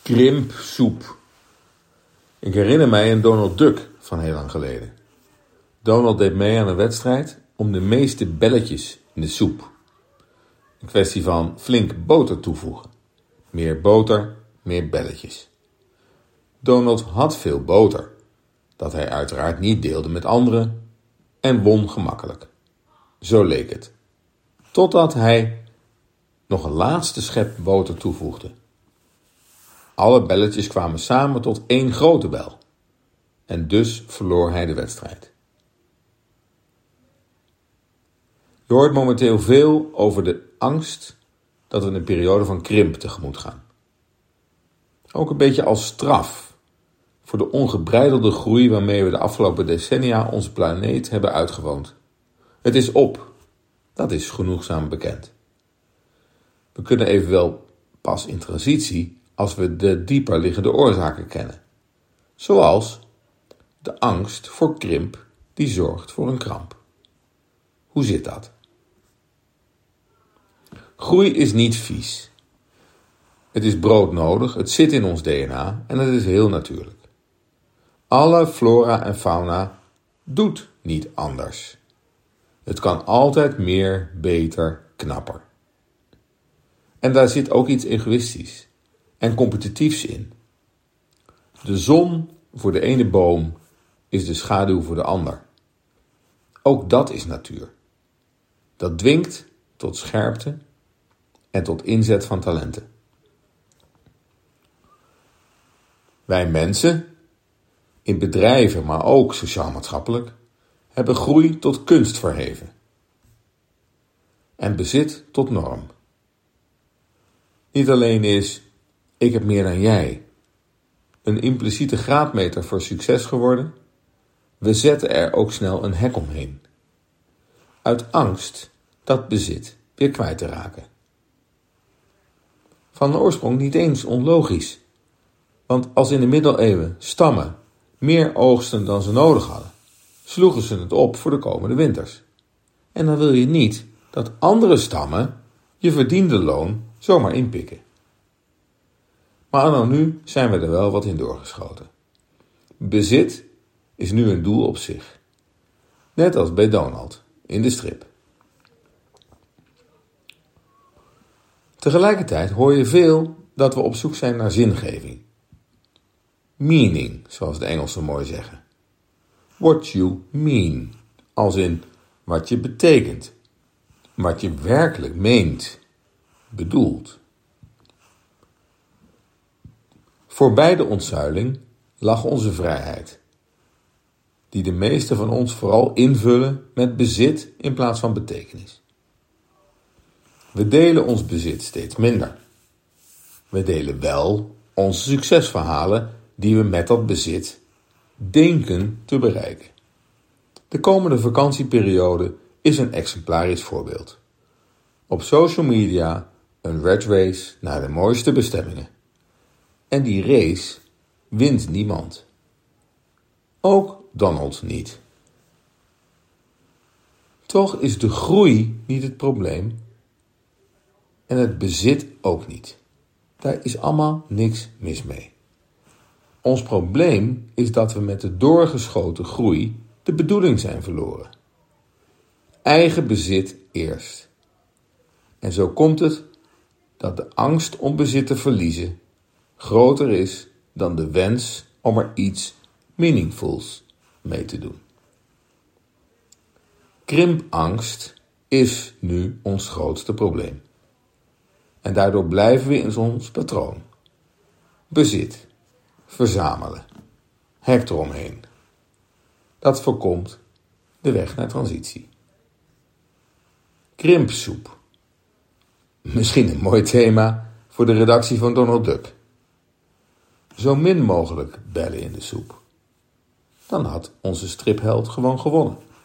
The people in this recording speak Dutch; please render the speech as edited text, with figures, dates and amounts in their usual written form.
Krimpsoep. Ik herinner mij een Donald Duck van heel lang geleden. Donald deed mee aan een wedstrijd om de meeste belletjes in de soep. Een kwestie van flink boter toevoegen. Meer boter, meer belletjes. Donald had veel boter, dat hij uiteraard niet deelde met anderen, en won gemakkelijk. Zo leek het. Totdat hij nog een laatste schep boter toevoegde. Alle belletjes kwamen samen tot één grote bel. En dus verloor hij de wedstrijd. Je hoort momenteel veel over de angst dat we een periode van krimp tegemoet gaan. Ook een beetje als straf voor de ongebreidelde groei waarmee we de afgelopen decennia onze planeet hebben uitgewoond. Het is op. Dat is genoegzaam bekend. We kunnen evenwel pas in transitie als we de dieper liggende oorzaken kennen. Zoals de angst voor krimp die zorgt voor een kramp. Hoe zit dat? Groei is niet vies. Het is broodnodig, het zit in ons DNA en het is heel natuurlijk. Alle flora en fauna doet niet anders. Het kan altijd meer, beter, knapper. En daar zit ook iets egoïstisch en competitiefs in. De zon voor de ene boom is de schaduw voor de ander. Ook dat is natuur. Dat dwingt tot scherpte en tot inzet van talenten. Wij mensen, in bedrijven, maar ook sociaal-maatschappelijk, hebben groei tot kunst verheven. En bezit tot norm. Niet alleen is ik heb meer dan jij een impliciete graadmeter voor succes geworden, we zetten er ook snel een hek omheen. Uit angst dat bezit weer kwijt te raken. Van de oorsprong niet eens onlogisch. Want als in de middeleeuwen stammen meer oogsten dan ze nodig hadden, sloegen ze het op voor de komende winters. En dan wil je niet dat andere stammen je verdiende loon zomaar inpikken. Maar anno nu zijn we er wel wat in doorgeschoten. Bezit is nu een doel op zich. Net als bij Donald in de strip. Tegelijkertijd hoor je veel dat we op zoek zijn naar zingeving. Meaning, zoals de Engelsen mooi zeggen. What you mean, als in wat je betekent. Wat je werkelijk meent, bedoelt. Voorbij de ontzuiling lag onze vrijheid, die de meeste van ons vooral invullen met bezit in plaats van betekenis. We delen ons bezit steeds minder. We delen wel onze succesverhalen die we met dat bezit denken te bereiken. De komende vakantieperiode is een exemplarisch voorbeeld. Op social media een red race naar de mooiste bestemmingen. En die race wint niemand. Ook Donald niet. Toch is de groei niet het probleem en het bezit ook niet. Daar is allemaal niks mis mee. Ons probleem is dat we met de doorgeschoten groei de bedoeling zijn verloren. Eigen bezit eerst. En zo komt het dat de angst om bezit te verliezen groter is dan de wens om er iets meaningfuls mee te doen. Krimpangst is nu ons grootste probleem. En daardoor blijven we in ons patroon. Bezit, verzamelen, hek eromheen. Dat voorkomt de weg naar transitie. Krimpsoep. Misschien een mooi thema voor de redactie van Donald Duck. Zo min mogelijk bellen in de soep. Dan had onze stripheld gewoon gewonnen.